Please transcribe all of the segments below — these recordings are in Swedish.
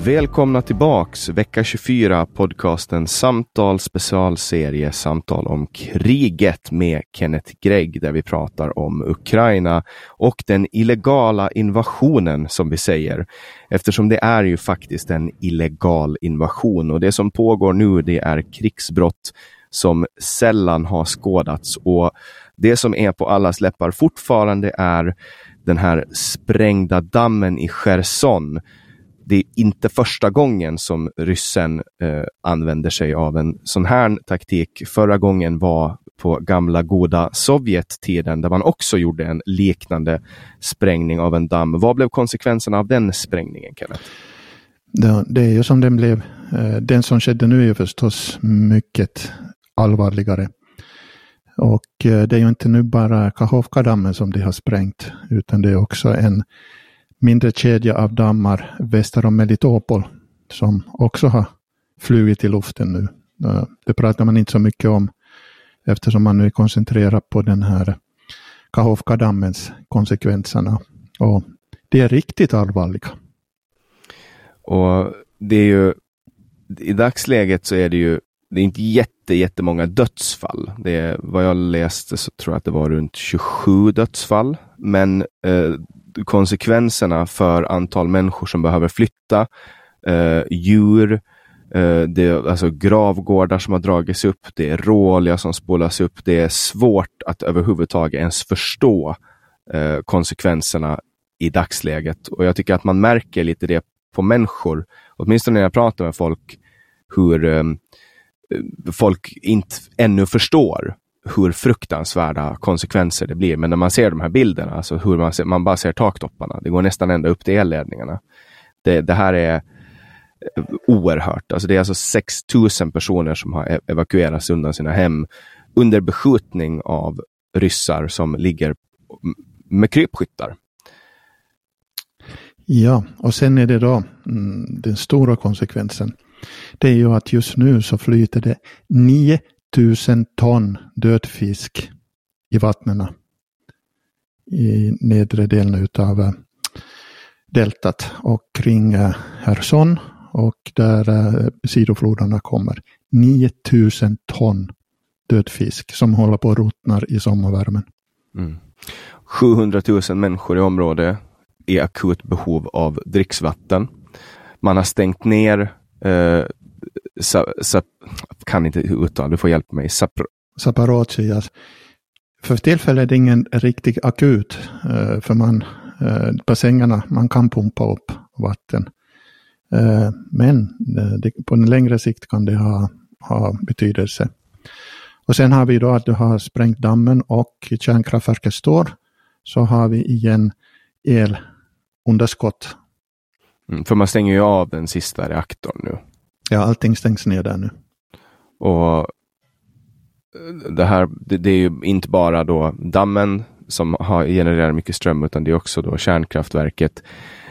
Välkomna tillbaks, vecka 24, podcasten Samtal specialserie Samtal om kriget med Kenneth Gregg, där vi pratar om Ukraina och den illegala invasionen som vi säger. Eftersom det är ju faktiskt en illegal invasion och det som pågår nu, det är krigsbrott som sällan har skådats, och det som är på allas läppar fortfarande är den här sprängda dammen i Cherson. Det är inte första gången som ryssen använder sig av en sån här taktik. Förra gången var på gamla goda Sovjettiden, där man också gjorde en liknande sprängning av en damm. Vad blev konsekvenserna av den sprängningen, Kenneth? Det är ju som den blev. Den som skedde nu är ju förstås mycket allvarligare. Och det är ju inte nu bara Kachovka-dammen som de har sprängt, utan det är också en mindre kedja av dammar väster om Melitopol som också har flugit i luften nu. Det pratar man inte så mycket om eftersom man nu är koncentrerad på den här Kachovka-dammens konsekvenserna. Och det är riktigt allvarliga. Och det är ju, i dagsläget så är det ju, det är inte jättemånga dödsfall. Det är, vad jag läste så tror jag att det var runt 27 dödsfall. Men konsekvenserna för antal människor som behöver flytta, djur, det är alltså gravgårdar som har dragits upp, det är råolja som spolas upp. Det är svårt att överhuvudtaget ens förstå konsekvenserna i dagsläget. Och jag tycker att man märker lite det på människor, åtminstone när jag pratar med folk, hur folk inte ännu förstår hur fruktansvärda konsekvenser det blir. Men när man ser de här bilderna, alltså hur man bara ser taktopparna, det går nästan ända upp till elledningarna. Det här är oerhört. Alltså det är alltså 6 000 personer som har evakuerats undan sina hem under beskjutning av ryssar som ligger med krypskyttar. Ja, och sen är det då den stora konsekvensen. Det är ju att just nu så flyter det 9000 ton död fisk i vattnena i nedre delen av deltat och kring Cherson och där sidofloderna kommer. 9000 ton död fisk som håller på att ruttnar i sommarvärmen. 700 000 människor i området är akut behov av dricksvatten. Man har stängt ner kan inte uttala, du får hjälpa mig. Zaporozhye. För tillfället är det ingen riktigt akut, för bassängerna, man kan pumpa upp vatten. Men på en längre sikt kan det ha betydelse. Och sen har vi då att du har sprängt dammen och kärnkraftverket står, så har vi igen elunderskott. För man stänger ju av den sista reaktorn nu. Ja, allting stängs ner där nu. Och det är ju inte bara då dammen som har genererat mycket ström, utan det är också då kärnkraftverket.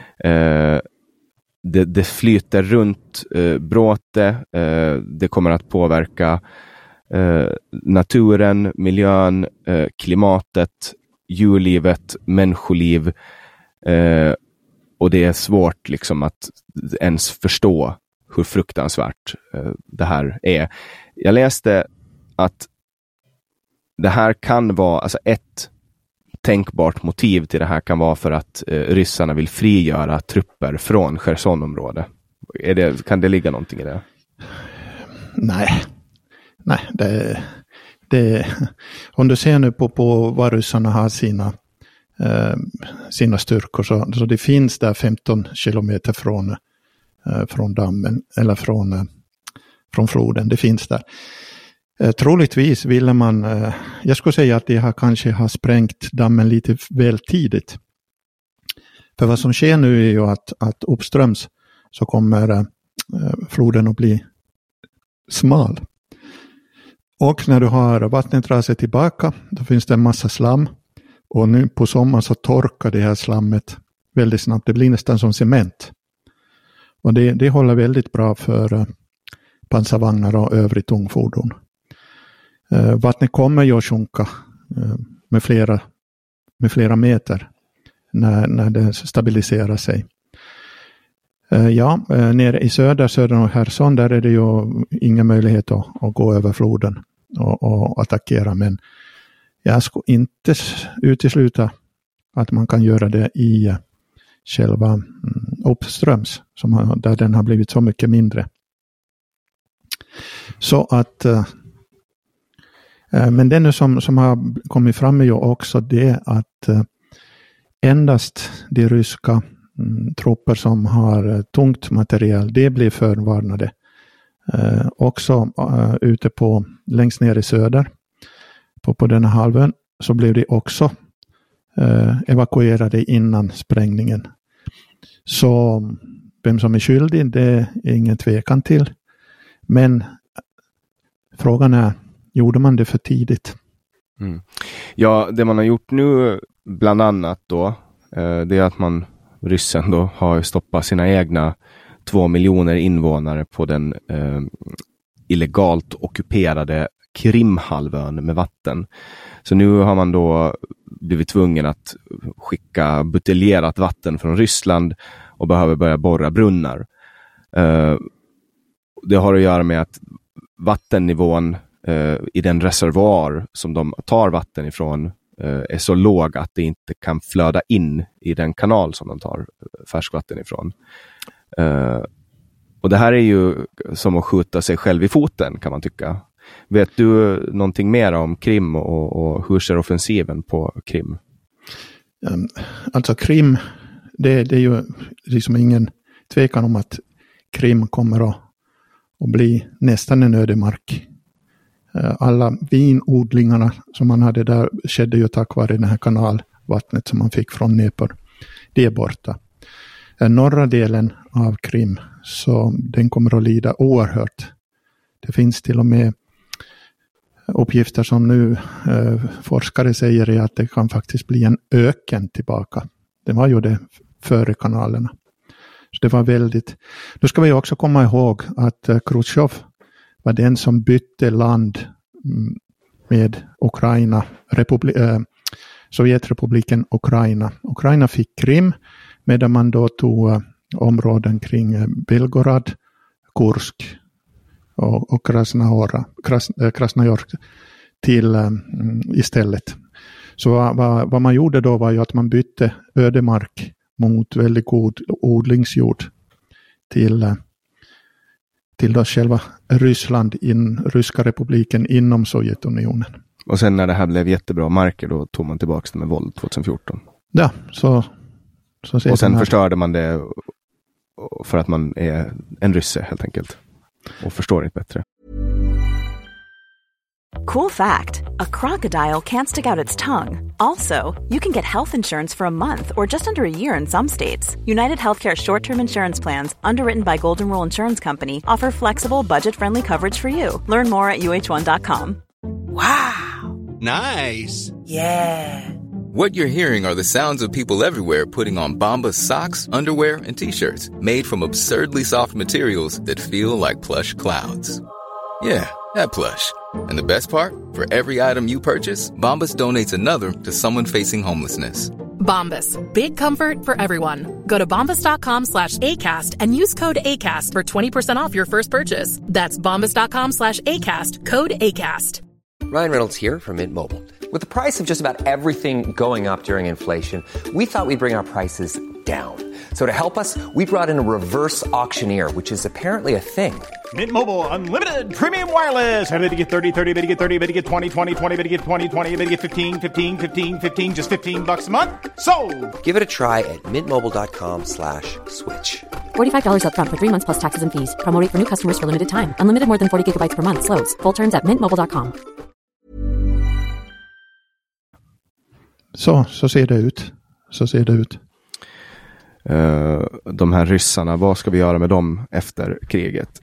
Det flyter runt bråte. Det kommer att påverka naturen, miljön, klimatet, djurlivet, människoliv. Och det är svårt liksom att ens förstå hur fruktansvärt det här är. Jag läste att det här kan vara, alltså ett tänkbart motiv till det här kan vara för att ryssarna vill frigöra trupper från Chersonområdet. Kan det ligga någonting i det? Nej, det om du ser nu på vad ryssarna har sina styrkor, så det finns där 15 kilometer från dammen eller från floden. Det finns där. Troligtvis ville man, jag skulle säga att de kanske har sprängt dammen lite väl tidigt. För vad som sker nu är ju att uppströms så kommer floden att bli smal. Och när du har vattnet drar sig tillbaka, då finns det en massa slam. Och nu på sommaren så torkar det här slammet väldigt snabbt. Det blir nästan som cement. Och det håller väldigt bra för pansarvagnar och övrig tungfordon. Vattnet kommer ju att sjunka med flera meter när det stabiliserar sig. Nere i söder om Cherson, där är det ju ingen möjlighet att gå över floden och attackera. Men jag skulle inte utesluta att man kan göra det i själva uppströms, där den har blivit så mycket mindre. Så att, men det nu som har kommit fram är ju också det att endast de ryska trupper som har tungt material, det blir förvarnade. Också ute längst ner i söder på den här halvön så blev de också evakuerade innan sprängningen. Så vem som är skyldig, det är ingen tvekan till. Men frågan är, gjorde man det för tidigt? Mm. Ja, det man har gjort nu bland annat då, det är att ryssen då har stoppat sina egna 2 miljoner invånare på den illegalt ockuperade Krimhalvön med vatten. Så nu har man då blivit tvungen att skicka buteljerat vatten från Ryssland och behöver börja borra brunnar. Det har att göra med att vattennivån i den reservoar som de tar vatten ifrån är så låg att det inte kan flöda in i den kanal som de tar färskvatten ifrån. Och det här är ju som att skjuta sig själv i foten, kan man tycka. Vet du någonting mer om Krim och hur ser offensiven på Krim? Alltså Krim, det är ju liksom ingen tvekan om att Krim kommer att bli nästan en ödemark. Alla vinodlingarna som man hade där skedde ju tack vare den här kanalvattnet som man fick från Dnepr. Det är borta. Norra delen av Krim, så den kommer att lida oerhört. Det finns till och med uppgifter som nu forskare säger är att det kan faktiskt bli en öken tillbaka. Det var ju det före kanalerna. Så det var väldigt... Nu ska vi också komma ihåg att Khrushchev var den som bytte land med Ukraina, Sovjetrepubliken Ukraina. Ukraina fick Krim, medan man då tog områden kring Belgorod, Kursk och Krasnojorsk till istället. Så vad man gjorde då var ju att man bytte ödemark mot väldigt god odlingsjord till då själva Ryssland, ryska republiken inom Sovjetunionen. Och sen när det här blev jättebra marker, då tog man tillbaka det med våld 2014. Ja, så och sen förstörde man det för att man är en rysse helt enkelt. Och förstår inte bättre. Cool fact, a crocodile can't stick out its tongue. Also, you can get health insurance for a month or just under a year in some states. United Healthcare short-term insurance plans, underwritten by Golden Rule Insurance Company, offer flexible, budget-friendly coverage for you. Learn more at uh1.com. Wow! Nice! Yeah! What you're hearing are the sounds of people everywhere putting on Bombas socks, underwear, and T-shirts made from absurdly soft materials that feel like plush clouds. Yeah, that plush. And the best part? For every item you purchase, Bombas donates another to someone facing homelessness. Bombas, big comfort for everyone. Go to bombas.com/ACAST and use code ACAST for 20% off your first purchase. That's bombas.com/ACAST, code ACAST. Ryan Reynolds here from Mint Mobile. With the price of just about everything going up during inflation, we thought we'd bring our prices down. So to help us, we brought in a reverse auctioneer, which is apparently a thing. Mint Mobile Unlimited Premium Wireless. How to get 30, 30, how to get 30, how to get 20, 20, 20, how to get 20, 20, how to get 15, 15, 15, 15, just $15 a month? Sold! Give it a try at mintmobile.com/switch. $45 up front for 3 months plus taxes and fees. Promo rate for new customers for limited time. Unlimited more than 40 gigabytes per month. Slows full terms at mintmobile.com. Så ser det ut. Så ser det ut. De här ryssarna, vad ska vi göra med dem efter kriget?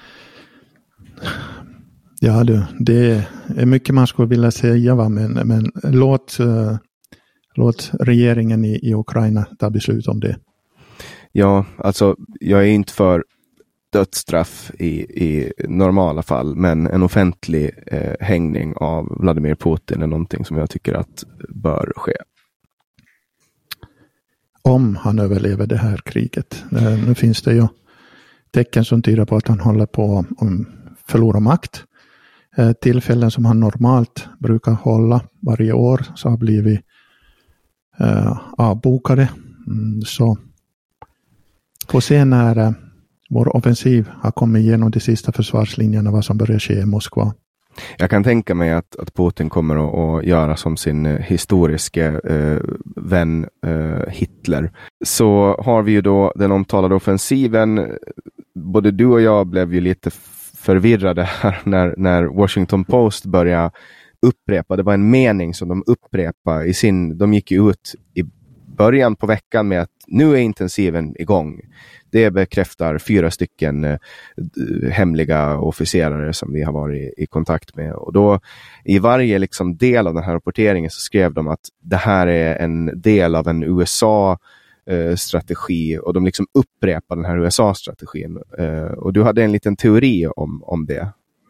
Ja, det är mycket man skulle vilja säga, va? Men låt regeringen i Ukraina ta beslut om det. Ja, alltså jag är inte för dödsstraff i normala fall, men en offentlig hängning av Vladimir Putin är någonting som jag tycker att bör ske. om han överlever det här kriget. Nu finns det ju tecken som tyder på att han håller på att förlora makt. Tillfällen som han normalt brukar hålla varje år så har blivit avbokade. Så får se när vår offensiv har kommit igenom de sista försvarslinjerna vad som börjar ske i Moskva. Jag kan tänka mig att Putin kommer att göra som sin historiska vän Hitler. Så har vi ju då den omtalade offensiven. Både du och jag blev ju lite förvirrade här när Washington Post började upprepa. Det var en mening som de upprepade i sin... De gick ju ut i början på veckan med att nu är intensiven igång. Det bekräftar 4 stycken hemliga officerare som vi har varit i kontakt med. Och då i varje liksom del av den här rapporteringen så skrev de att det här är en del av en USA-strategi. Och de liksom upprepar den här USA-strategin. Och du hade en liten teori om det.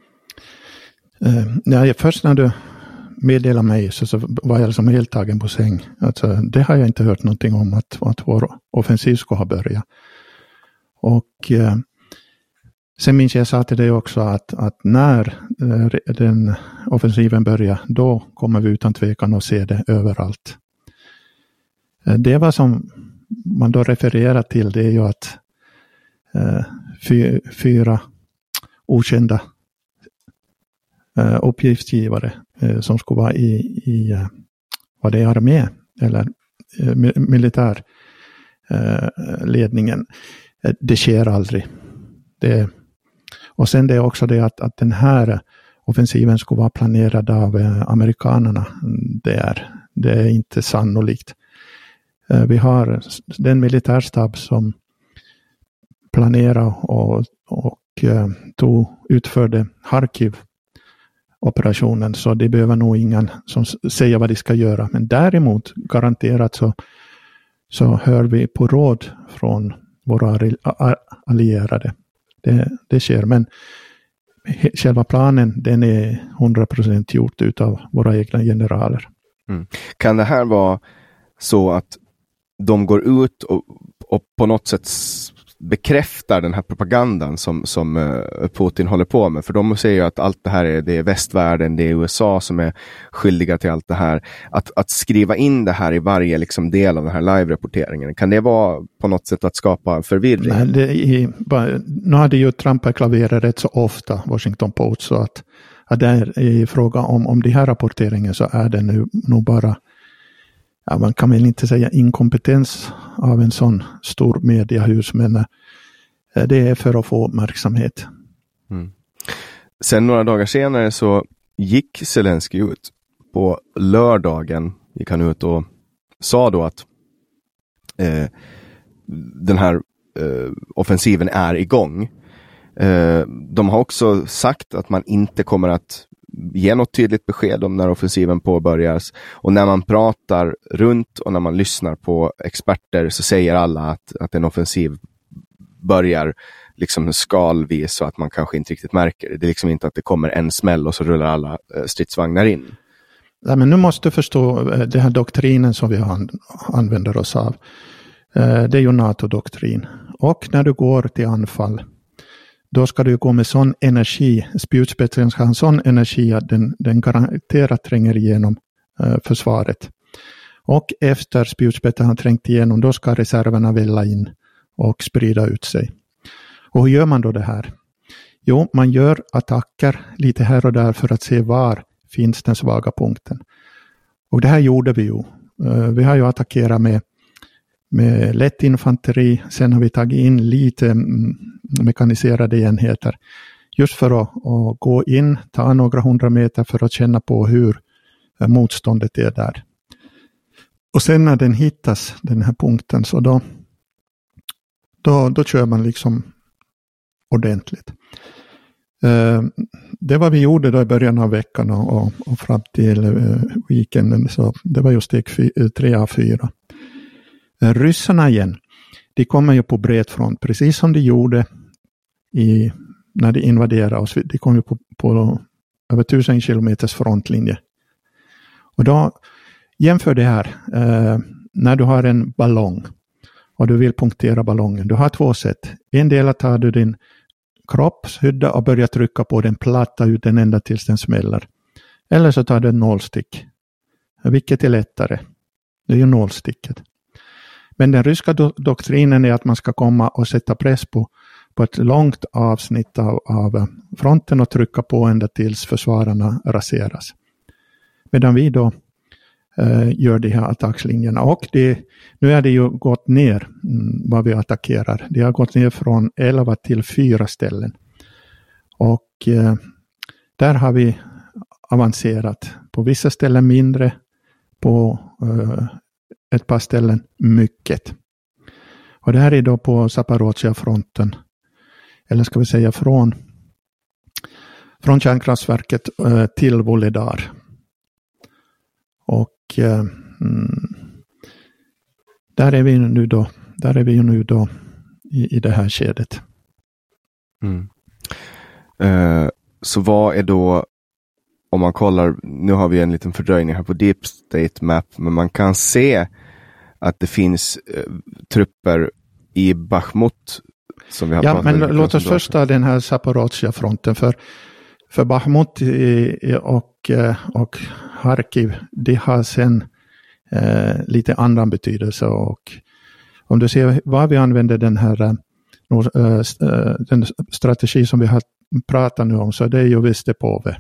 Ja, först när du meddelade mig så var jag liksom helt tagen på säng. Alltså, det har jag inte hört någonting om att vår offensiv ska ha börjat. Och sen minns jag sa till dig också att när den offensiven börjar, då kommer vi utan tvekan att se det överallt. Det var som man då refererar till, det är ju att 4 okända uppgiftsgivare som skulle vara i vad det är armé eller militärledningen. Det sker aldrig. Och sen det är också det att den här offensiven skulle vara planerad av amerikanerna. Det är inte sannolikt. Vi har den militärstab som planerade och utförde Harkiv-operationen, så det behöver nog ingen som säger vad de ska göra. Men däremot garanterat så hör vi på råd från våra allierade. Det sker, men själva planen den är 100% gjort utav våra egna generaler. Mm. Kan det här vara så att de går ut och på något sätt bekräftar den här propagandan som Putin håller på med? För de säger ju att allt det här det är västvärlden, det är USA som är skyldiga till allt det här. Att skriva in det här i varje liksom del av den här live-rapporteringen, kan det vara på något sätt att skapa förvirring? Nej, nu hade ju Trump klaverat rätt så ofta, Washington Post, så att det är i fråga om de här rapporteringen så är det nu nog bara, ja, man kan väl inte säga inkompetens av en sån stor mediehus, men det är för att få uppmärksamhet. Mm. Sen några dagar senare så gick Zelensky ut. På lördagen gick han ut och sa då att den här offensiven är igång. De har också sagt att man inte kommer att ge något tydligt besked om när offensiven påbörjas. Och när man pratar runt och när man lyssnar på experter så säger alla att en offensiv börjar liksom skalvis så att man kanske inte riktigt märker det. Det är liksom inte att det kommer en smäll och så rullar alla stridsvagnar in. Ja, men nu måste du förstå den här doktrinen som vi använder oss av. Det är ju NATO-doktrin. Och när du går till anfall, då ska du gå med sån energi, spjutspetsen ska ha en sån energi att den garanterat tränger igenom försvaret. Och efter spjutspetsen har trängt igenom, då ska reserverna välla in och sprida ut sig. Och hur gör man då det här? Jo, man gör attacker lite här och där för att se var finns den svaga punkten. Och det här gjorde vi ju. Vi har ju attackerat med lätt infanteri. Sen har vi tagit in lite mekaniserade enheter. Just för att gå in, ta några 100 meter för att känna på hur motståndet är där. Och sen när den hittas, den här punkten, så då kör man liksom ordentligt. Det var vi gjorde då i början av veckan och fram till weekenden. Så det var just steg 3 av 4. Ryssarna igen, de kommer ju på bred front, precis som de gjorde när de invaderade oss. De kom ju på över 1000 kilometers frontlinje. Och då jämför det här, när du har en ballong och du vill punktera ballongen. Du har två sätt. En del att ta du din kroppshydda och börja trycka på den, platta ut den ända tills den smäller. Eller så tar du en nålstick. Vilket är lättare? Det är ju nålsticket. Men den ryska doktrinen är att man ska komma och sätta press på ett långt avsnitt av fronten och trycka på ända tills försvararna raseras. Medan vi då gör de här attackslinjerna. Och nu är det ju gått ner vad vi attackerar. Det har gått ner från 11 till 4 ställen. Och där har vi avancerat. På vissa ställen mindre, på ett par ställen mycket. Och det här är då på Zaporozhye-fronten. Eller ska vi säga från kärnkraftverket till Vuhledar. Och där är vi nu då i det här skedet. Så vad är då, om man kollar, nu har vi en liten fördröjning här på Deep State Map, men man kan se att det finns trupper i Bakhmut som vi har pratat om. Ja, men låt oss först ta den här Zaporozhye-fronten, för Bakhmut och Kharkiv, det har sen lite annan betydelse. Och om du ser vad vi använder den strategi som vi har pratat nu om, så det är ju Vistepove.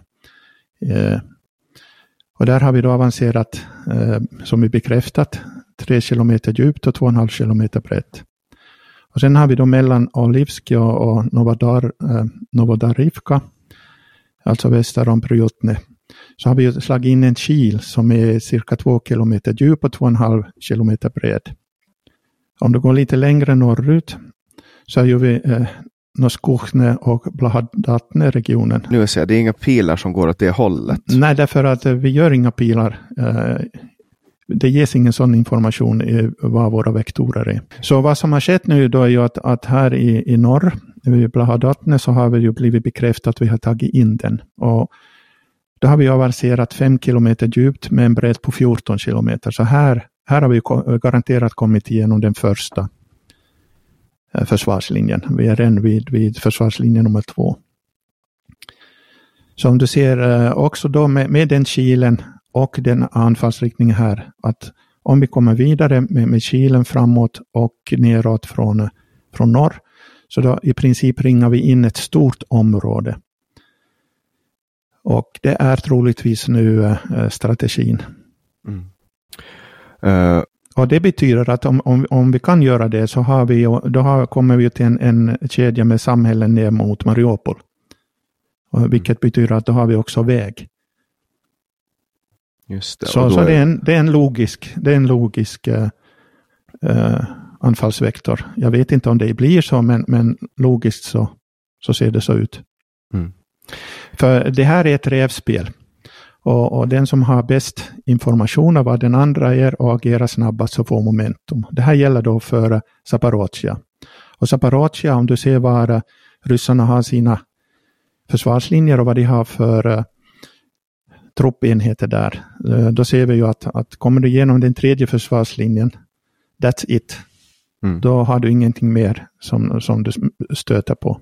Och där har vi då avancerat, som vi bekräftat, 3 kilometer djupt och 2,5 kilometer brett. Och sen har vi då mellan Olivski och Novodarivka, alltså väster om Pryutne, så har vi slagit in en kil som är cirka 2 kilometer djup och 2,5 kilometer bred. Om du går lite längre norrut så är ju vi Noskochne och Blahadatne-regionen. Nu ser jag, det är inga pilar som går åt det hållet. Nej, därför att vi gör inga pilar. Det ges ingen sån information i vad våra vektorer är. Så vad som har skett nu då är ju att här i norr, i Blahadatne, så har vi ju blivit bekräftat att vi har tagit in den. Och då har vi avancerat 5 kilometer djupt med en bredd på 14 kilometer. Så här har vi garanterat kommit igenom den första försvarslinjen. Vi är än vid försvarslinjen nummer 2. Så om du ser också då med den kilen och den anfallsriktningen här, att om vi kommer vidare med kilen framåt och neråt från norr, så då i princip ringar vi in ett stort område. Och det är troligtvis nu strategin. Och det betyder att om vi kan göra det, så kommer vi till en kedja med samhällen ner mot Mariupol. Vilket betyder att då har vi också väg. Just det. Så det är en logisk anfallsvektor. Jag vet inte om det blir så, men logiskt så ser det så ut. För det här är ett rävspel. Och den som har bäst information av vad den andra är och agerar snabbast, så får momentum. Det här gäller då för Zaporozhye. Och Zaporozhye, om du ser var ryssarna har sina försvarslinjer och vad de har för truppenheter där, då ser vi ju att kommer du igenom den 3:e försvarslinjen, that's it. Då har du ingenting mer som du stöter på.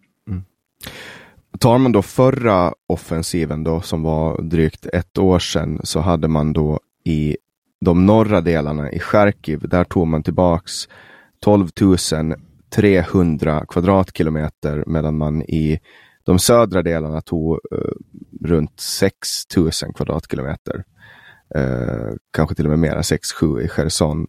Tar man då förra offensiven då, som var drygt 1 år sedan, så hade man då i de norra delarna i Kharkiv, där tog man tillbaks 12 300 kvadratkilometer, medan man i de södra delarna tog runt 6 000 kvadratkilometer. Kanske till och med mera, 6-7 i Cherson.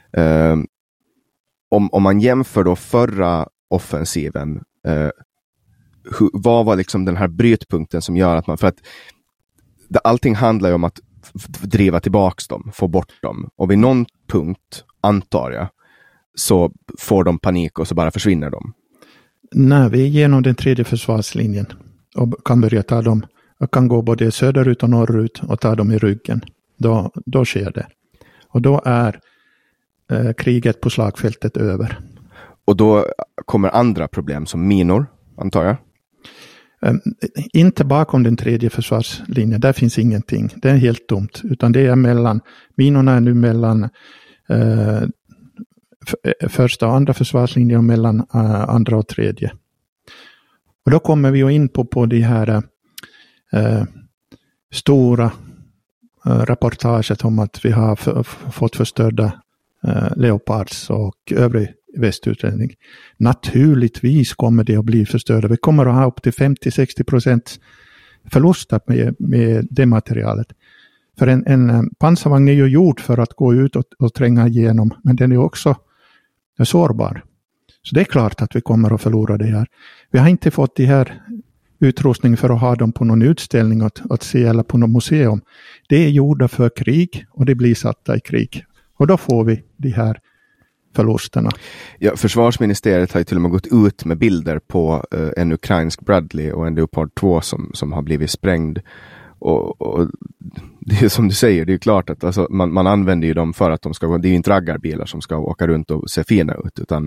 Om man jämför då förra offensiven, vad var liksom den här brytpunkten som gör att man, för att allting handlar ju om att driva tillbaks dem, få bort dem, och vid någon punkt, antar jag, så får de panik och så bara försvinner de. Nej, vi är genom den 3:e försvarslinjen och kan börja ta dem, och kan gå både söderut och norrut och ta dem i ryggen. Då sker det. Och då är kriget på slagfältet över. Och då kommer andra problem som minor, antar jag? Inte bakom den 3:e försvarslinjen, där finns ingenting. Det är helt tomt, utan det är minorna är nu mellan första och andra försvarslinjen och mellan andra och tredje. Och då kommer vi ju in på de här stora rapportaget om att vi har fått förstörda Leopards och övrig västutredning. Naturligtvis kommer det att bli förstörda. Vi kommer att ha upp till 50-60% förluster med det materialet. För en pansarvagn är ju gjord för att gå ut och tränga igenom, men den är också sårbar. Så det är klart att vi kommer att förlora det här. Vi har inte fått det här utrustning för att ha dem på någon utställning att se eller på något museum. Det är gjorda för krig och det blir satta i krig. Och då får vi de här förlusterna. Ja, försvarsministeriet har ju till och med gått ut med bilder på en ukrainsk Bradley och en Leopard 2 som har blivit sprängd. Och det är som du säger, det är klart att alltså, man använder ju dem för att de ska gå, det är ju inte raggarbilar som ska åka runt och se fina ut, utan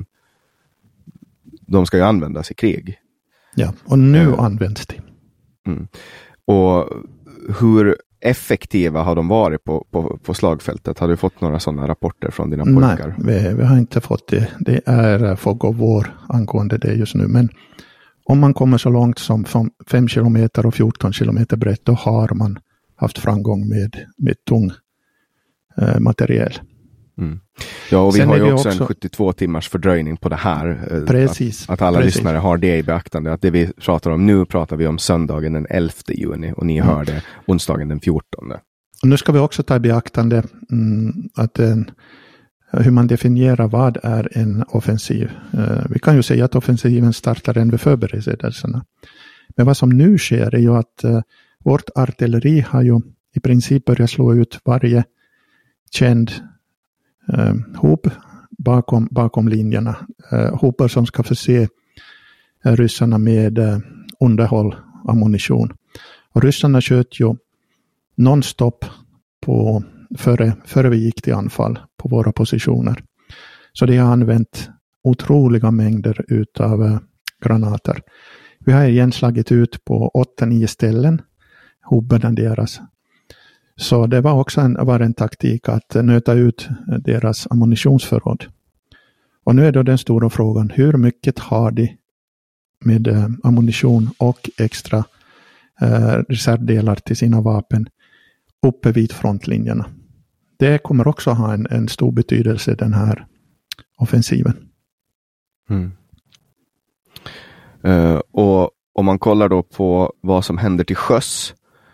de ska ju användas i krig. Ja, och nu används de. Mm. Och hur effektiva har de varit på slagfältet? Har du fått några sådana rapporter från dina pojkar? Nej, vi har inte fått det. Det är fågg och vår angående det just nu. Men om man kommer så långt som 5 kilometer och 14 kilometer brett, då har man haft framgång med tung material. Mm. Ja, och vi har ju också en 72 timmars fördröjning på det här. Precis. Att alla lyssnare har det i beaktande. Att det vi pratar om nu pratar vi om söndagen den 11 juni och ni hör det onsdagen den 14. Och nu ska vi också ta i beaktande att hur man definierar vad är en offensiv. Vi kan ju säga att offensiven startar än vid förberedelserna. Men vad som nu sker är ju att vårt artilleri har ju i princip börjat slå ut varje känd hop bakom linjerna. Hopar som ska förse ryssarna med underhåll, ammunition. Och ryssarna sköt ju nonstop före vi gick till anfall på våra positioner. Så de har använt otroliga mängder utav granater. Vi har igen slagit ut på 8-9 ställen hopbarna deras. Så det var också en taktik att nöta ut deras ammunitionsförråd. Och nu är då den stora frågan, hur mycket har de med ammunition och extra reservdelar till sina vapen uppe vid frontlinjerna? Det kommer också ha en stor betydelse, den här offensiven. Mm. Och om man kollar då på vad som händer till sjöss,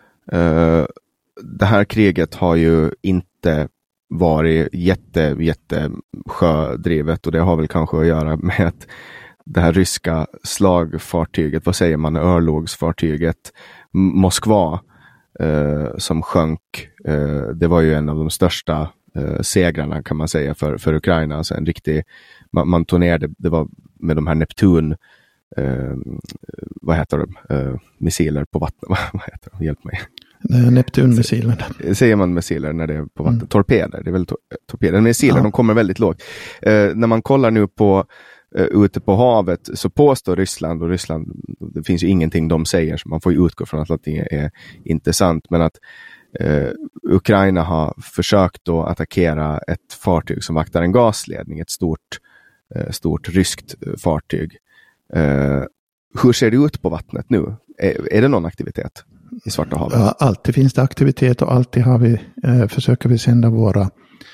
det här kriget har ju inte varit jätte sjödrivet, och det har väl kanske att göra med att det här ryska slagfartyget, vad säger man, örlogsfartyget Moskva som sjönk, det var ju en av de största segrarna kan man säga för Ukraina, alltså en riktig, man tog ner det var med de här Neptun vad heter de, missiler på vatten, vad heter de, hjälp mig. Neptunmissilen. Säger man missiler när det är på vatten? Torpeder, det är väl torpeder. Missiler, de kommer väldigt lågt. När man kollar nu på ute på havet så påstår Ryssland, det finns ju ingenting de säger, så man får ju utgå från att det är inte sant, men att Ukraina har försökt att attackera ett fartyg som vaktar en gasledning, ett stort ryskt fartyg. Hur ser det ut på vattnet nu? Är det någon aktivitet i Svarta havet? Ja, alltid finns det aktivitet, och alltid försöker vi sända våra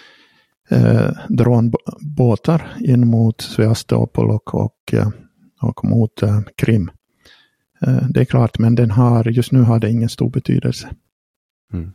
dronbåtar in mot Sevastopol och mot Krim. Det är klart, men just nu har det ingen stor betydelse. Mm.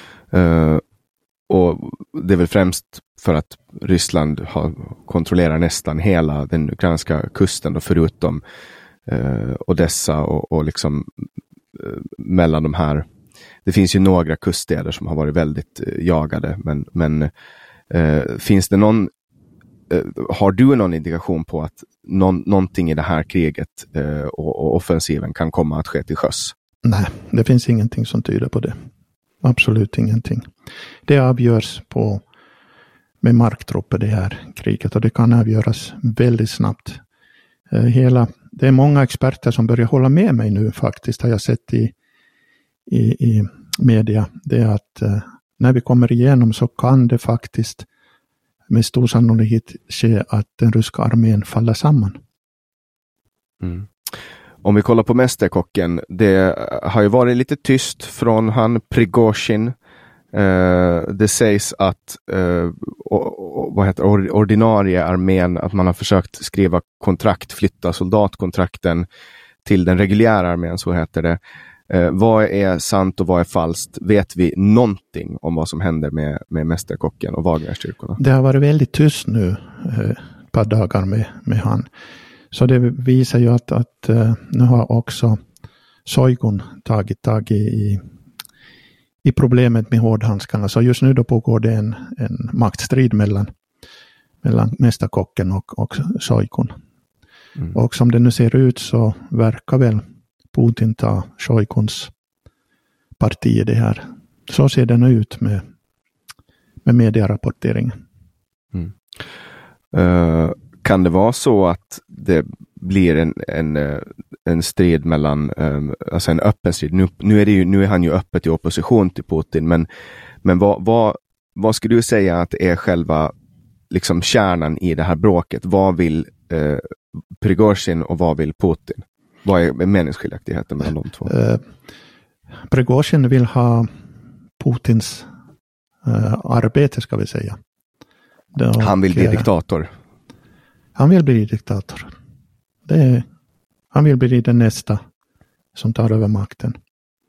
Och det är väl främst för att Ryssland kontrollerar nästan hela den ukrainska kusten, och förutom Odessa och liksom mellan de här, det finns ju några kuststäder som har varit väldigt jagade, men finns det har du någon indikation på att någonting i det här kriget och offensiven kan komma att ske till sjöss? Nej, det finns ingenting som tyder på det. Absolut ingenting. Det avgörs med marktrupper, det här kriget, och det kan avgöras väldigt snabbt. Det är många experter som börjar hålla med mig nu faktiskt, har jag sett i media. Det är att när vi kommer igenom så kan det faktiskt med stor sannolikhet ske att den ryska armén faller samman. Mm. Om vi kollar på mästerkocken, det har ju varit lite tyst från han Prigozhin. Det sägs att ordinarie armén, att man har försökt skriva kontrakt, flytta soldatkontrakten till den reguljära armén, så heter det. Vad är sant och vad är falskt? Vet vi någonting om vad som händer med mästerkocken och Wagnerstyrkorna? Det har varit väldigt tyst nu ett par dagar med han. Så det visar ju att nu har också Shoigun tagit tag i problemet med hårdhandskarna. Så just nu då pågår det en maktstrid mellan mästerkocken och Shoigun. Mm. Och som det nu ser ut så verkar väl Putin ta Shoiguns parti i det här. Så ser den ut med medierapporteringen. Mm. Kan det vara så att det blir en strid mellan, alltså en öppen strid? Nu är han ju öppet i opposition till Putin, men vad skulle du säga att är själva liksom kärnan i det här bråket? Vad vill Prigozhin och vad vill Putin? Vad är meningsskiljaktigheten mellan de två? Prigozhin vill ha Putins arbete, ska vi säga. Han vill bli diktator. Han vill bli diktator. Han vill bli den nästa som tar över makten.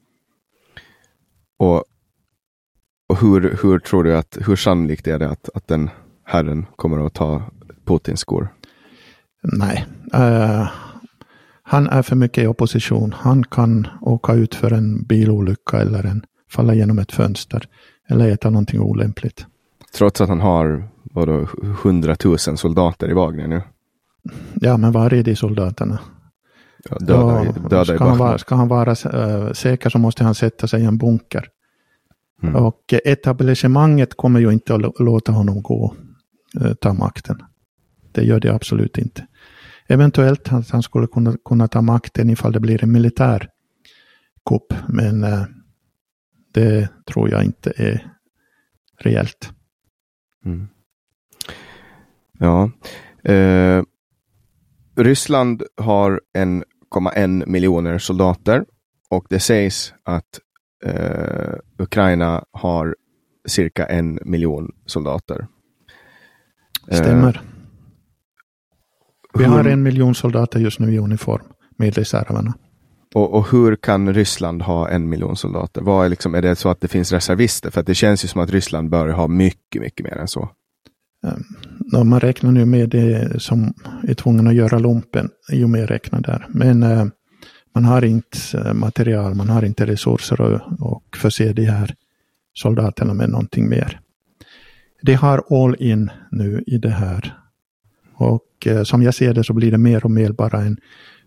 Och hur tror du hur sannolikt är det att den herren kommer att ta Putins skor? Nej. Han är för mycket i opposition. Han kan åka ut för en bilolycka eller falla genom ett fönster eller äta någonting olämpligt. Trots att han har 100 000 soldater i Wagner nu. Ja, men var är de soldaterna? Ja, döda ska han vara säker så måste han sätta sig i en bunker. Mm. Och etablissemanget kommer ju inte att låta honom ta makten. Det gör det absolut inte. Eventuellt att han skulle kunna ta makten ifall det blir en militär kupp, men det tror jag inte är reellt. Mm. Ja. Ryssland har 1,1 miljoner soldater och det sägs att Ukraina har cirka 1 miljon soldater. Stämmer. Vi har 1 miljon soldater just nu i uniform med reserverna. Och hur kan Ryssland ha 1 miljon soldater? Vad är det så att det finns reservister? För att det känns ju som att Ryssland bör ha mycket, mycket mer än så. Man räknar nu med det som är tvungen att göra lumpen i och med räkna där. Men man har inte material, man har inte resurser och förse de här soldaterna med någonting mer. Det har all in nu i det här. Och som jag ser det så blir det mer och mer bara en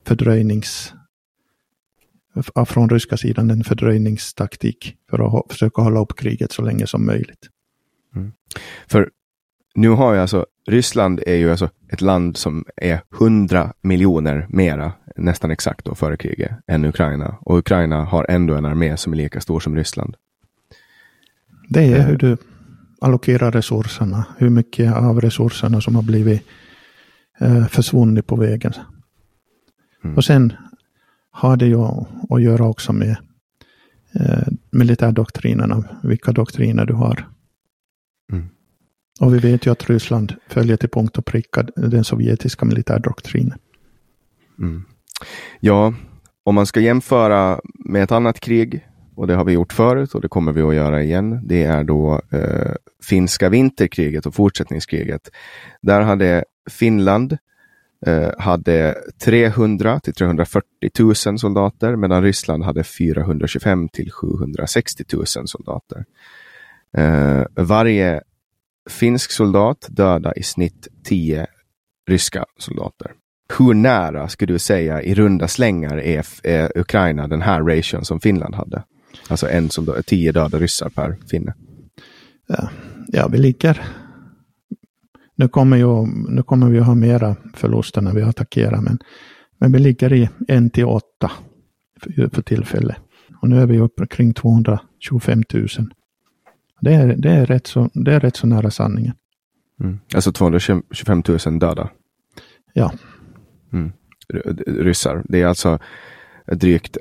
från ryska sidan en fördröjningstaktik för att försöka hålla upp kriget så länge som möjligt. Mm. För nu har ju Ryssland är ju ett land som är 100 miljoner mera, nästan exakt då före kriget, än Ukraina. Och Ukraina har ändå en armé som är lika stor som Ryssland. Det är hur du allokerar resurserna. Hur mycket av resurserna som har blivit försvunnit på vägen. Mm. Och sen har det ju att göra också med militärdoktrinerna. Vilka doktriner du har. Mm. Och vi vet ju att Ryssland följer till punkt och pricka den sovjetiska militärdoktrinen. Mm. Ja, om man ska jämföra med ett annat krig, och det har vi gjort förut och det kommer vi att göra igen, det är då finska vinterkriget och fortsättningskriget. Där hade Finland hade 300 till 340 000 soldater, medan Ryssland hade 425 till 760 000 soldater. Varje finsk soldat dödade i snitt 10 ryska soldater. Hur nära skulle du säga i runda slängar är Ukraina den här ration som Finland hade? Alltså 10 döda ryssar per finne. Ja, vi ligger. Nu kommer vi att ha mera förluster när vi attackerar, men vi ligger i 1-8 för tillfälle. Och nu är vi uppe kring 225 000. Det är rätt så nära sanningen. Alltså 225 000 döda. Ja. Ryssar. Det är alltså drygt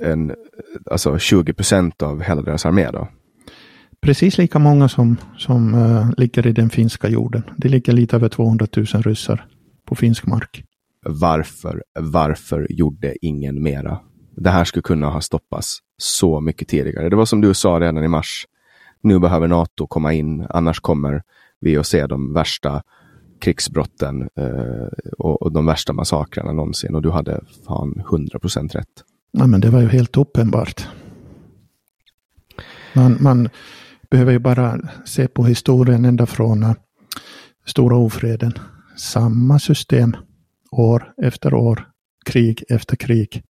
20% av hela deras armé då. Precis lika många som ligger i den finska jorden. Det ligger lite över 200 000 ryssar på finsk mark. Varför gjorde ingen mera? Det här skulle kunna ha stoppats så mycket tidigare. Det var som du sa redan i mars. Nu behöver NATO komma in, annars kommer vi att se de värsta krigsbrotten och de värsta massakrarna någonsin. Och du hade fan 100% rätt. Ja, men det var ju helt uppenbart. Man behöver ju bara se på historien ända från stora ofreden. Samma system, år efter år, krig efter krig.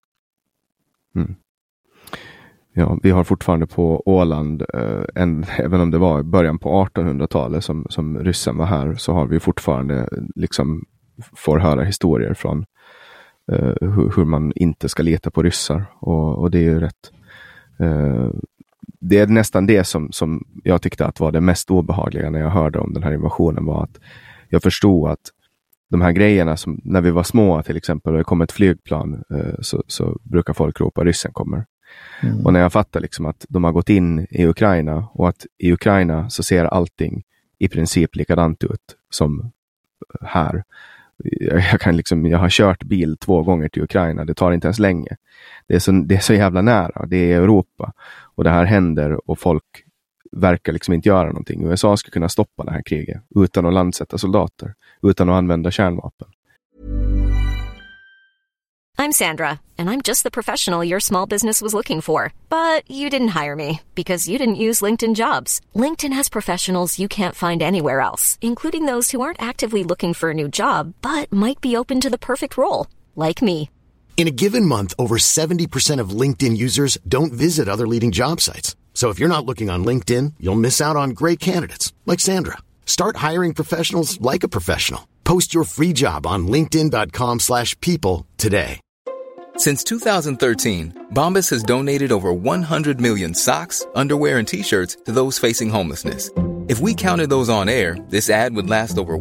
Ja, vi har fortfarande på Åland, även om det var i början på 1800-talet som ryssen var här, så har vi fortfarande liksom får höra historier från hur man inte ska leta på ryssar. Och det är ju rätt. Det är nästan det som jag tyckte att var det mest obehagliga när jag hörde om den här invasionen, var att jag förstod att de här grejerna som när vi var små till exempel och det kom ett flygplan så brukar folk ropa ryssen kommer. Och när jag fattar liksom att de har gått in i Ukraina och att i Ukraina så ser allting i princip likadant ut som här. Jag har kört bil 2 gånger till Ukraina. Det tar inte ens länge. Det är så jävla nära. Det är Europa. Och det här händer och folk verkar liksom inte göra någonting. USA ska kunna stoppa det här kriget utan att landsätta soldater. Utan att använda kärnvapen. I'm Sandra, and I'm just the professional your small business was looking for. But you didn't hire me because you didn't use LinkedIn Jobs. LinkedIn has professionals you can't find anywhere else, including those who aren't actively looking for a new job, but might be open to the perfect role, like me. In a given month, over 70% of LinkedIn users don't visit other leading job sites. So if you're not looking on LinkedIn, you'll miss out on great candidates, like Sandra. Start hiring professionals like a professional. Post your free job on linkedin.com/people today. Since 2013, Bombas has donated over 100 million socks, underwear, and T-shirts to those facing homelessness. If we counted those on air, this ad would last over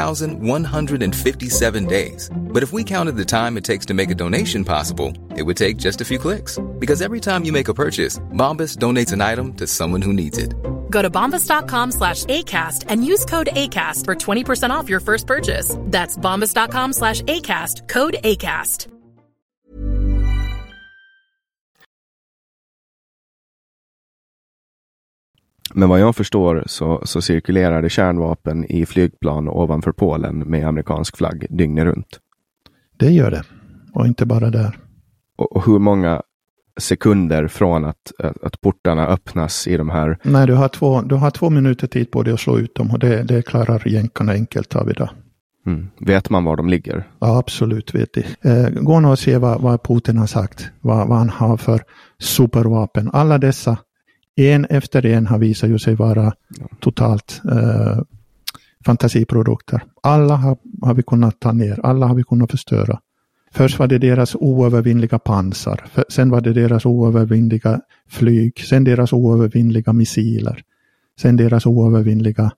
1,157 days. But if we counted the time it takes to make a donation possible, it would take just a few clicks. Because every time you make a purchase, Bombas donates an item to someone who needs it. Go to bombas.com/ACAST and use code ACAST for 20% off your first purchase. That's bombas.com/ACAST, code ACAST. Men vad jag förstår så cirkulerar det kärnvapen i flygplan ovanför Polen med amerikansk flagg dygnet runt. Det gör det. Och inte bara där. Och hur många sekunder från att portarna öppnas i de här... Nej, du har 2 minuter tid på dig att slå ut dem och det klarar jänkarna enkelt av idag. Vet man var de ligger? Ja, absolut vet det. Gå nu och se vad Putin har sagt. Vad han har för supervapen. Alla dessa en efter en har visat ju sig vara totalt fantasiprodukter. Alla har vi kunnat ta ner. Alla har vi kunnat förstöra. Först var det deras oövervinnliga pansar. Sen var det deras oövervinnliga flyg. Sen deras oövervinnliga missiler. Sen deras oövervinnliga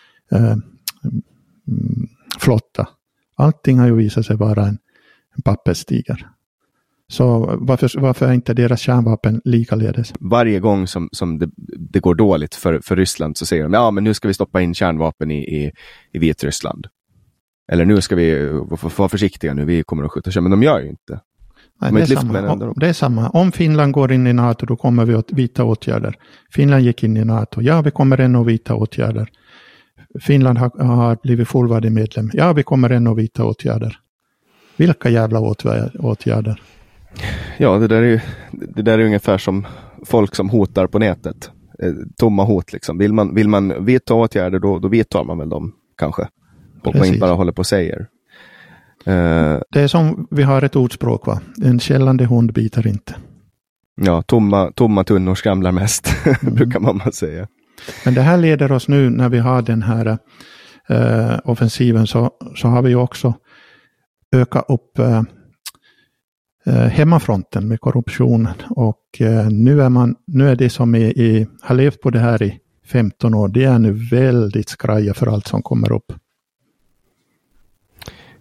flotta. Allting har ju visat sig vara en papperstiger. Så varför är inte deras kärnvapen likaledes? Varje gång som det går dåligt för Ryssland så säger de men nu ska vi stoppa in kärnvapen i Vitryssland. Eller nu ska vi vara försiktiga nu, vi kommer att skjuta. Men de gör ju inte. Nej, det är samma. Om Finland går in i NATO då kommer vi att vidta åtgärder. Finland gick in i NATO. Ja, vi kommer ännu att vidta åtgärder. Finland har blivit fullvärdig medlem. Ja, vi kommer ännu att vidta åtgärder. Vilka jävla åtgärder? Ja, det där är ungefär som folk som hotar på nätet. Tomma hot liksom. Vill man vidta åtgärder då vidtar man väl dem kanske. Och man inte bara håller på och säger. Det är som vi har ett ordspråk va. En källande hund biter inte. Ja, tomma tunnor skramlar mest brukar man säga. Men det här leder oss nu när vi har den här offensiven så har vi ju också ökat upp hemmafronten med korruptionen och nu är det som har levt på det här i 15 år, det är nu väldigt skraja för allt som kommer upp.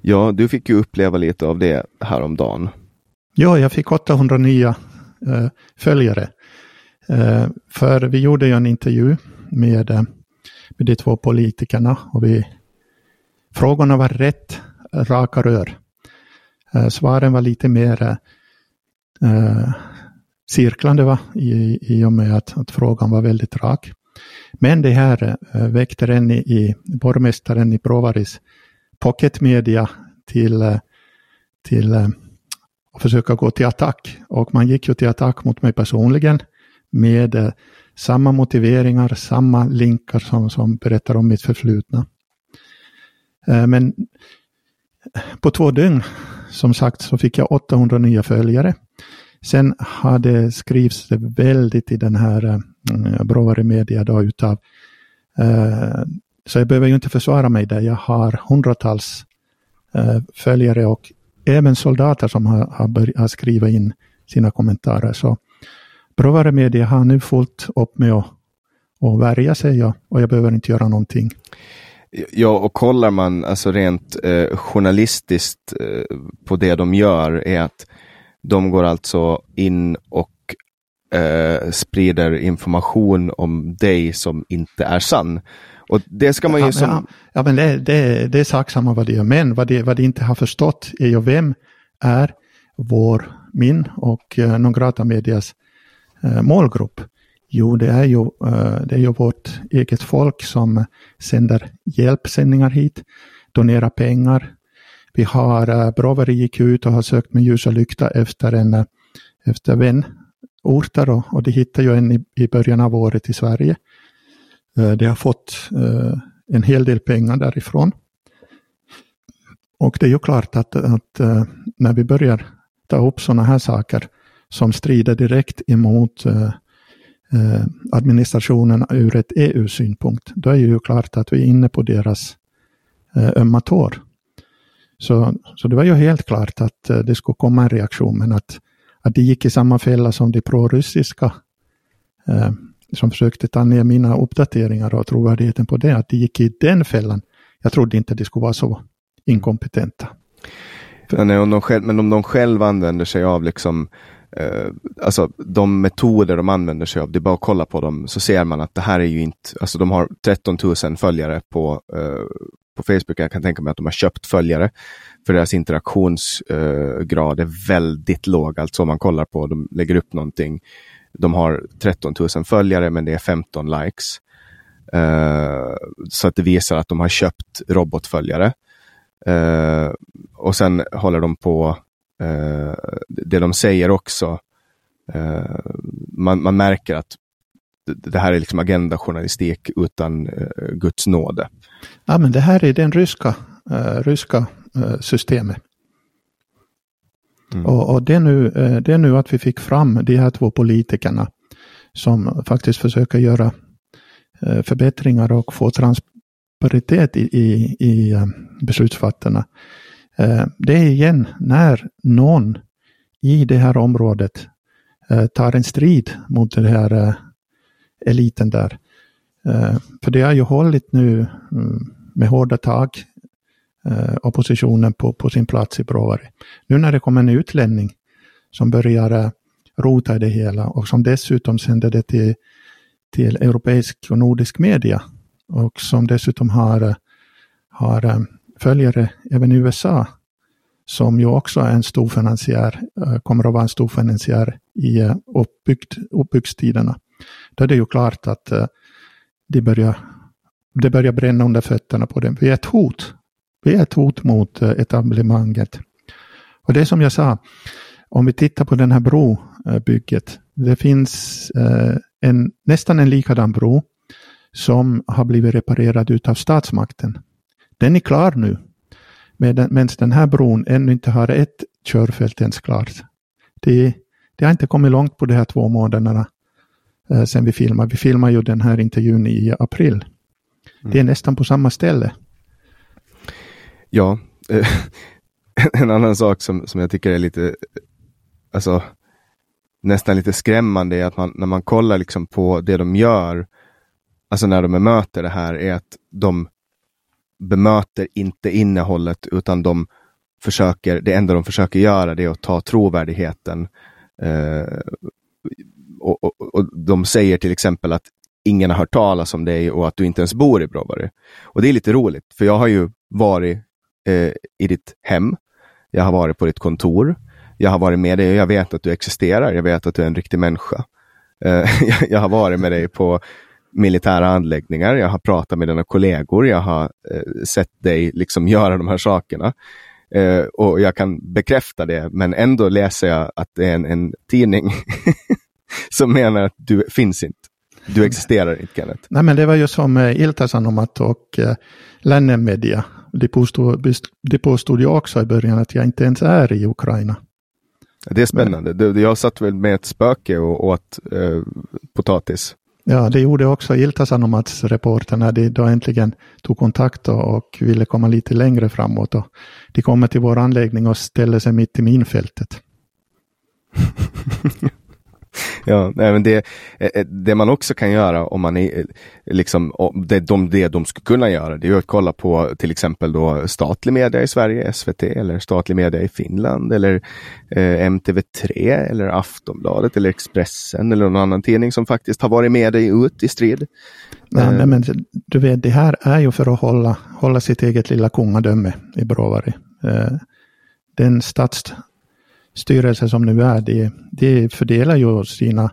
Ja, du fick ju uppleva lite av det häromdagen. Ja, jag fick 800 nya följare. För vi gjorde ju en intervju med de två politikerna och frågorna var rätt raka rör. Svaren var lite mer cirklande i och med att frågan var väldigt rak. Men det här väckte borgmästaren i Bråvaris pocketmedia till att försöka gå till attack. Och man gick ju till attack mot mig personligen med samma motiveringar, samma länkar som berättar om mitt förflutna. Men på 2 dygn, som sagt, så fick jag 800 nya följare. Sen hade skrivs det väldigt i den här Bråvare media då utav så jag behöver ju inte försvara mig där. Jag har hundratals följare och även soldater som har skrivit in sina kommentarer. Så Bråvare media har nu fullt upp med att värja sig och jag behöver inte göra någonting. Ja, och kollar man alltså rent journalistiskt på det de gör är att de går alltså in och sprider information om dig som inte är sann. Och det ska man ju Ja, men det är sak samma vad det gör. Men vad det inte har förstått är ju vem är min och Nongrata Medias målgrupp. Jo, det är ju vårt eget folk som sänder hjälpsändningar hit, donerar pengar. Vi har Bråvare gick ut och har sökt med ljus och lykta efter vänorter och det hittar ju en i början av året i Sverige. Det har fått en hel del pengar därifrån. Och det är ju klart att när vi börjar ta upp sådana här saker som strider direkt emot administrationen ur ett EU-synpunkt, då är det ju klart att vi är inne på deras ömma tår. Så det var ju helt klart att det skulle komma en reaktion, men att det gick i samma fälla som de proryssiska som försökte ta ner mina uppdateringar och trovärdigheten på det, att det gick i den fällan. Jag trodde inte det skulle vara så inkompetenta. Men om de själva använder sig av liksom alltså de metoder de använder sig av, det är bara att kolla på dem så ser man att det här är ju inte, alltså de har 13 000 följare på Facebook. Jag kan tänka mig att de har köpt följare för deras interaktionsgrad är väldigt låg. Alltså om man kollar på, de lägger upp någonting, de har 13 000 följare men det är 15 likes. Så att det visar att de har köpt robotföljare. Och sen håller de på det de säger också. Man märker att det här är liksom agendajournalistik utan Guds nåde. Ja, men det här är den ryska systemet. Mm. Och det är nu att vi fick fram de här 2 politikerna som faktiskt försöker göra förbättringar och få transparens i beslutsfattarna. Det är igen när någon i det här området tar en strid mot den här eliten där. För det har ju hållit nu med hårda tag oppositionen på sin plats i Bråvare. Nu när det kommer en utlänning som börjar rota i det hela och som dessutom sänder det till europeisk och nordisk media och som dessutom har följare även i USA som ju också är en stor finansiär, kommer att vara en stor finansiär i uppbyggstiderna. Då är det ju klart att det börjar bränna under fötterna på dem. Vi är ett hot. Vi är ett hot mot etablissemanget. Och det som jag sa, om vi tittar på den här brobygget, det finns nästan en likadan bro som har blivit reparerad utav statsmakten. Den är klar nu. Medan den här bron ännu inte har ett körfält ens klart. Det har inte kommit långt på de här 2 månaderna sen vi filmar. Vi filmar ju den här intervjun i april. Mm. Det är nästan på samma ställe. Ja, en annan sak som jag tycker är lite, alltså nästan lite skrämmande är att när man kollar liksom på det de gör, alltså när de möter det här, är att bemöter inte innehållet, utan det enda de försöker göra det är att ta trovärdigheten. Och de säger till exempel att ingen har hört talas om dig och att du inte ens bor i Brovary. Och det är lite roligt, för jag har ju varit i ditt hem, jag har varit på ditt kontor, jag har varit med dig och jag vet att du existerar, jag vet att du är en riktig människa. Jag har varit med dig på militära anläggningar, jag har pratat med dina kollegor, jag har sett dig liksom göra de här sakerna. Och jag kan bekräfta det, men ändå läser jag att det är en tidning som menar att du finns inte. Du existerar inte, Kenneth. Nej, men det var ju som Ilta-Sanomat och Lännemedia. De påstod ju också i början att jag inte ens är i Ukraina. Det är spännande. Jag satt väl med ett spöke och åt potatis. Ja, det gjorde också Ilta-Sanomats reporter när de då äntligen tog kontakt och ville komma lite längre framåt. Och de kommer till vår anläggning och ställer sig mitt i minfältet. Ja, nej, men det man också kan göra om man är liksom, det de skulle kunna göra, det är att kolla på till exempel då statlig media i Sverige, SVT, eller statlig media i Finland, eller MTV3, eller Aftonbladet, eller Expressen, eller någon annan tidning som faktiskt har varit med dig ut i strid. Nej, men du vet, det här är ju för att hålla sitt eget lilla kungadöme i Brovary. Den statsstyrelse som nu är, det fördelar ju sina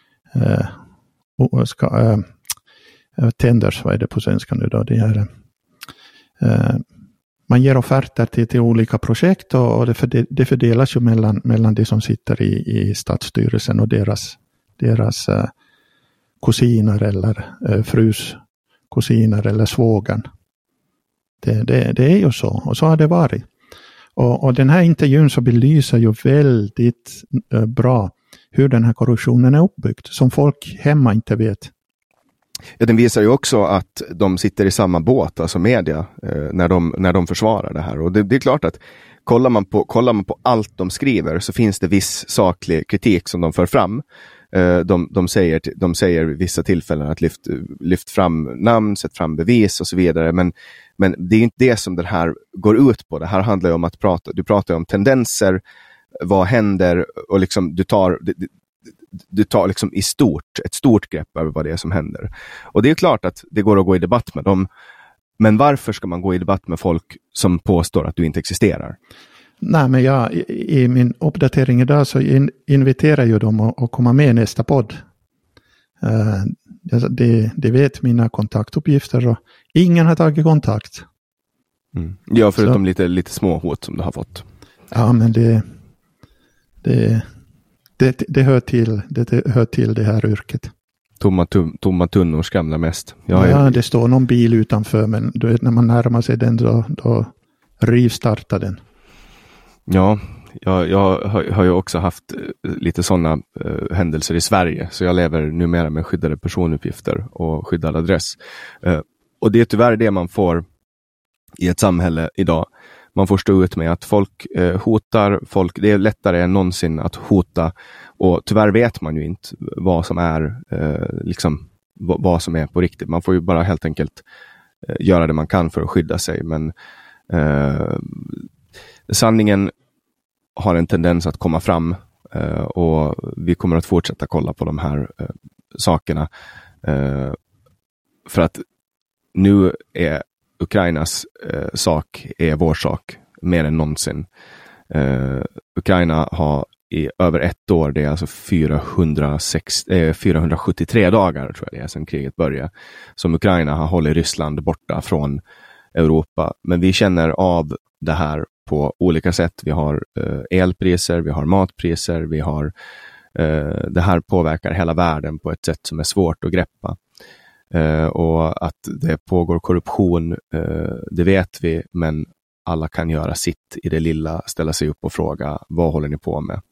tenders, vad är det på svenska nu då? Det är, man ger offerter till olika projekt och det fördelas ju mellan de som sitter i statsstyrelsen och deras kusiner eller frus kusiner eller svågen. Det är ju så, och så har det varit. Och den här intervjun så belyser ju väldigt bra hur den här korruptionen är uppbyggd, som folk hemma inte vet. Ja, den visar ju också att de sitter i samma båt, alltså media, när de försvarar det här. Och det är klart att kollar man på allt de skriver, så finns det viss saklig kritik som de för fram. De säger vid vissa tillfällen att lyft fram namn, sätt fram bevis och så vidare. Men det är inte det som det här går ut på. Det här handlar ju om att du pratar om tendenser, vad händer, och liksom du tar liksom ett stort grepp över vad det är som händer. Och det är klart att det går att gå i debatt med dem. Men varför ska man gå i debatt med folk som påstår att du inte existerar? Nej, men i min uppdatering idag så inviterar ju dem att komma med i nästa podd. Det vet mina kontaktuppgifter och ingen har tagit kontakt. Mm. Ja, förutom lite små hot som du har fått. Ja, men det hör till det här yrket. Tomma tunnor skramlar mest. Ja, det står någon bil utanför, men du vet, när man närmar sig den då rivstartar den. Ja, jag har ju också haft lite sådana händelser i Sverige, så jag lever numera med skyddade personuppgifter och skyddad adress. Och det är tyvärr det man får i ett samhälle idag. Man får stå ut med att folk hotar folk. Det är lättare än någonsin att hota, och tyvärr vet man ju inte vad som är vad som är på riktigt. Man får ju bara helt enkelt göra det man kan för att skydda sig, men sanningen har en tendens att komma fram, och vi kommer att fortsätta kolla på de här sakerna, för att nu är Ukrainas sak är vår sak mer än någonsin. Ukraina har i över ett år, det är alltså 473 dagar tror jag det är sedan kriget började, som Ukraina har hållit Ryssland borta från Europa. Men vi känner av det här på olika sätt. Vi har elpriser, vi har matpriser, vi har det här påverkar hela världen på ett sätt som är svårt att greppa. Och att det pågår korruption, det vet vi, men alla kan göra sitt i det lilla, ställa sig upp och fråga, vad håller ni på med?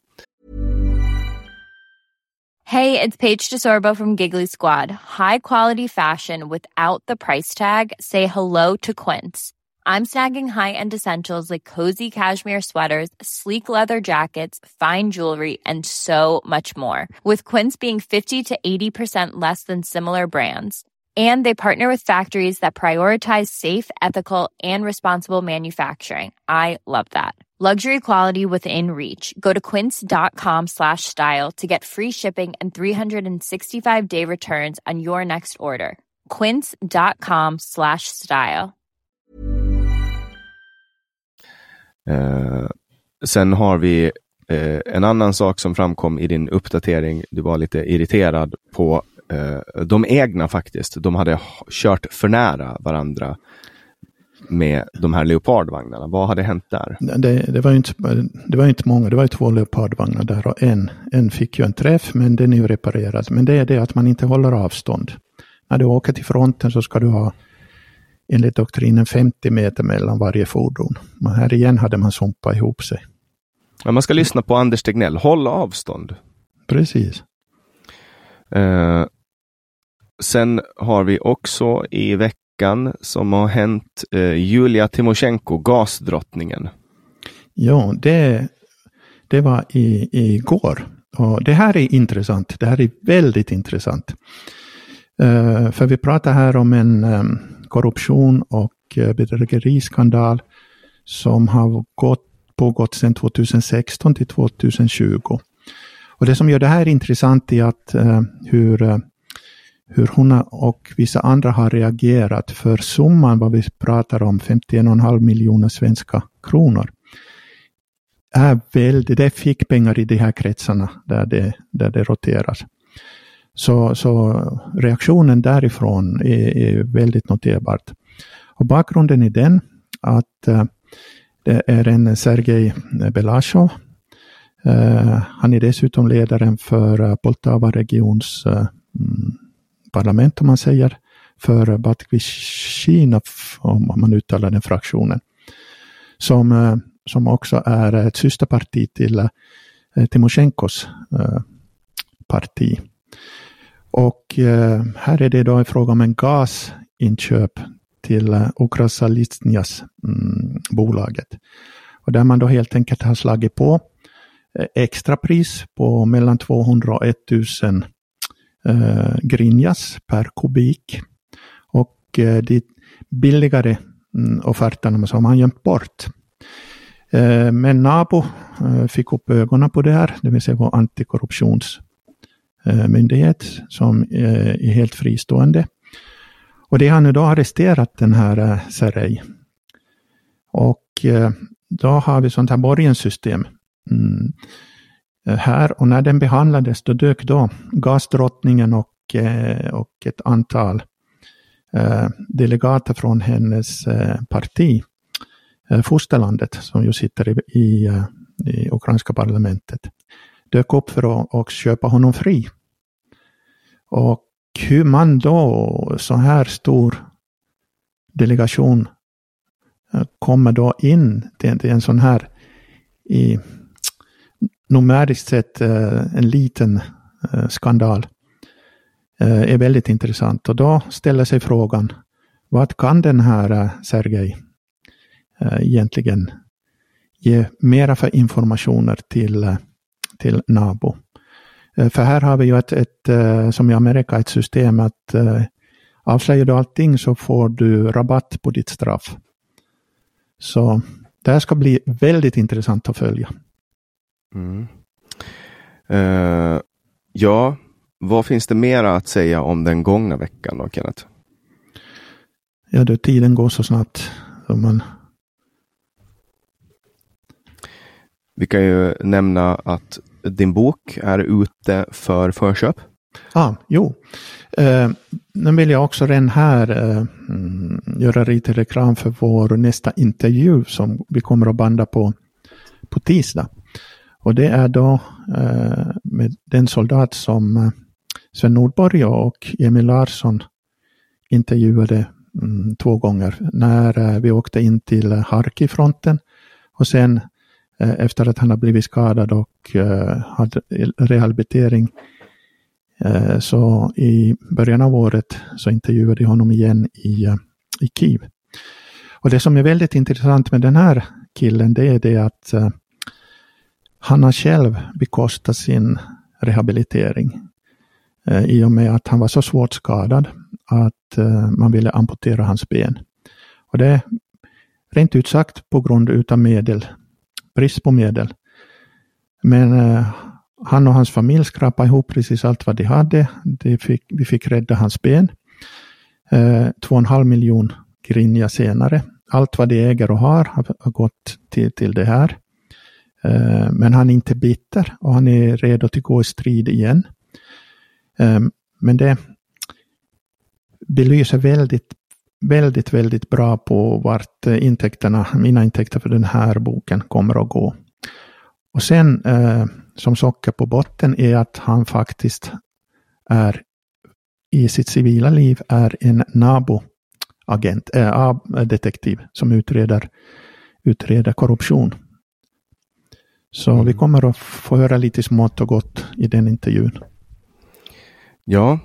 Hey, it's Paige DeSorbo from Giggly Squad. High quality fashion without the price tag. Say hello to Quince. I'm snagging high-end essentials like cozy cashmere sweaters, sleek leather jackets, fine jewelry, and so much more. With Quince being 50 to 80% less than similar brands. And they partner with factories that prioritize safe, ethical, and responsible manufacturing. I love that. Luxury quality within reach. Go to quince.com/style to get free shipping and 365-day returns on your next order. Quince.com/style. Sen har vi en annan sak som framkom i din uppdatering. Du var lite irriterad på de egna faktiskt. De hade kört för nära varandra med de här leopardvagnarna. Vad hade hänt där? Det var inte många. Det var ju 2 leopardvagnar där och en fick ju en träff, men den är ju reparerad. Men det är det att man inte håller avstånd. När du åker till fronten så ska du ha enligt doktrinen 50 meter mellan varje fordon. Men här igen hade man sumpat ihop sig. Men man ska lyssna på Anders Tegnell. Håll avstånd. Precis. Sen har vi också i veckan som har hänt Julia Timoshenko, gasdrottningen. Ja, det var igår. Och det här är intressant. Det här är väldigt intressant. För vi pratar här om en korruption och bedrägeriskandal som har pågått sedan 2016 till 2020. Och det som gör det här intressant är att hur hon och vissa andra har reagerat, för summan vad vi pratar om 51,5 miljoner svenska kronor är väldigt, det fick pengar i de här kretsarna där det roterar. Så reaktionen därifrån är väldigt noterbart. Och bakgrunden är den att det är en Sergej Belashov. Han är dessutom ledaren för Poltava regions parlament, om man säger, för Batkivщина, om man uttalar den fraktionen, som också är ett systerparti till Timoshenkos parti. Och här är det då en fråga om en gasinköp till Ukrasalistnias bolaget. Och där man då helt enkelt har slagit på extra pris på mellan 200 och 1000 grinjas per kubik. Och de billigare offerterna som han gömt bort. Men NABU fick upp ögonen på det här, det vill säga vår antikorruptionsmyndighet som är helt fristående. Och det har nu då arresterat den här Sergej. Och då har vi sånt här borgenssystem här, och när den behandlades då dök då gasdrottningen och ett antal delegater från hennes parti, fosterlandet som ju sitter i ukrainska parlamentet, dök upp för att köpa honom fri. Och hur man då, så här stor delegation kommer då in till en sån här i numeriskt sett en liten skandal, är väldigt intressant. Och då ställer sig frågan, vad kan den här Sergej egentligen ge mera för informationer till NABU? För här har vi ju ett som i Amerika, ett system att avslöjar du allting så får du rabatt på ditt straff. Så det här ska bli väldigt intressant att följa. Ja, vad finns det mera att säga om den gångna veckan då, Kenneth? Ja, tiden går så snabbt. Vi kan ju nämna att din bok är ute för förköp. Nu vill jag också redan här göra lite reklam för vår nästa intervju som vi kommer att banda på tisdag. Och det är då med den soldat som Sven Nordborg och Emil Larsson intervjuade 2 gånger. När vi åkte in till Harkivfronten och sen efter att han har blivit skadad och hade rehabilitering, så i början av året så intervjuade jag honom igen i Kiev. Och det som är väldigt intressant med den här killen, det är det att han har själv bekostat sin rehabilitering i och med att han var så svårt skadad att man ville amputera hans ben. Och det är rent ut sagt på grund utav brist på medel. Men han och hans familj skrapade ihop precis allt vad de hade. Vi fick rädda hans ben. 2,5 miljoner grinja senare. Allt vad de äger och har gått till det här. Men han är inte bitter och han är redo att gå i strid igen. Men det belyser väldigt bra på vart mina intäkter för den här boken kommer att gå. Och sen som socker på botten är att han faktiskt är i sitt civila liv är en NABU-agent, detektiv som utreder korruption. Så vi kommer att få höra lite smått och gott i den intervjun. Ja,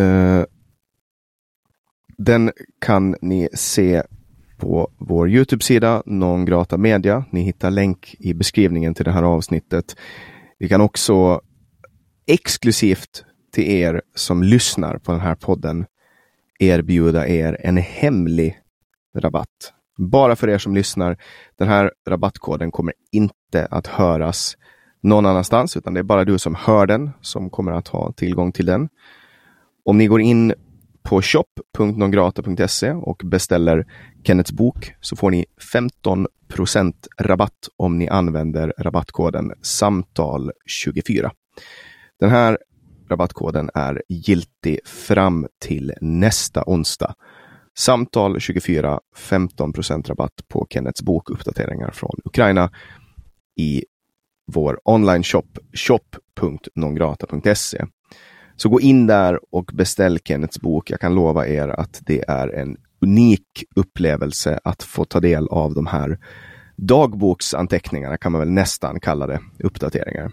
den kan ni se på vår YouTube-sida Non Grata Media. Ni hittar länk i beskrivningen till det här avsnittet. Vi kan också exklusivt till er som lyssnar på den här podden erbjuda er en hemlig rabatt. Bara för er som lyssnar. Den här rabattkoden kommer inte att höras någon annanstans, utan det är bara du som hör den som kommer att ha tillgång till den. Om ni går in på shop.nongrata.se och beställer Kenneths bok så får ni 15% rabatt om ni använder rabattkoden samtal24. Den här rabattkoden är giltig fram till nästa onsdag. Samtal 24, 15% rabatt på Kenneths bok Uppdateringar från Ukraina i vår online shop shop.nongrata.se. Så gå in där och beställ Kenneths bok. Jag kan lova er att det är en unik upplevelse att få ta del av de här dagboksanteckningarna, kan man väl nästan kalla det, uppdateringar.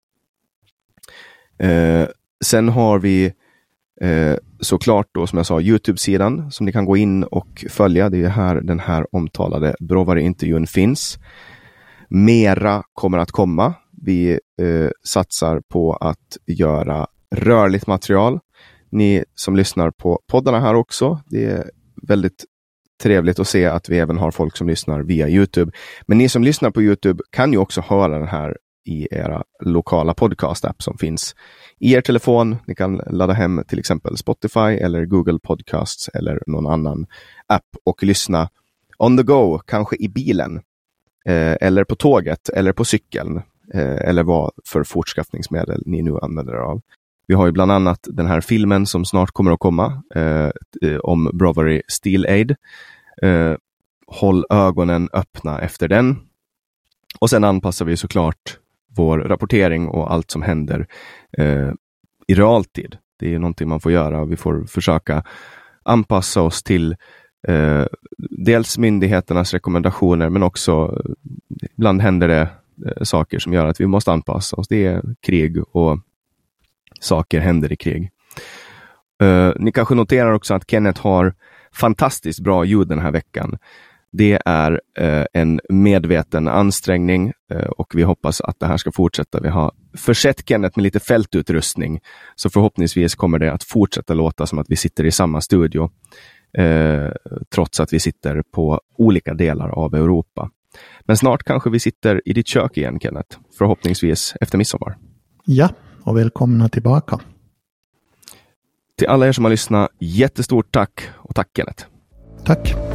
Sen har vi såklart då, som jag sa, YouTube-sidan som ni kan gå in och följa. Det är här den här omtalade Brovary-intervjun finns. Mera kommer att komma. Vi satsar på att göra rörligt material. Ni som lyssnar på poddarna här också, det är väldigt trevligt att se att vi även har folk som lyssnar via YouTube. Men ni som lyssnar på YouTube kan ju också höra den här i era lokala podcast-app som finns i er telefon. Ni kan ladda hem till exempel Spotify eller Google Podcasts eller någon annan app och lyssna on the go, kanske i bilen eller på tåget eller på cykeln eller vad för fortskaffningsmedel ni nu använder av. Vi har ju bland annat den här filmen som snart kommer att komma om Brovary Steel Aid. Håll ögonen öppna efter den. Och sen anpassar vi såklart vår rapportering och allt som händer i realtid. Det är ju någonting man får göra. Vi får försöka anpassa oss till dels myndigheternas rekommendationer, men också ibland händer det saker som gör att vi måste anpassa oss. Det är krig och saker händer i krig. Ni kanske noterar också att Kenneth har fantastiskt bra ljud den här veckan. Det är en medveten ansträngning och vi hoppas att det här ska fortsätta. Vi har försett Kenneth med lite fältutrustning, så förhoppningsvis kommer det att fortsätta låta som att vi sitter i samma studio trots att vi sitter på olika delar av Europa. Men snart kanske vi sitter i ditt kök igen, Kenneth. Förhoppningsvis efter midsommar. Ja, och välkomna tillbaka. Till alla er som har lyssnat, jättestort tack, och tack Kenneth. Tack.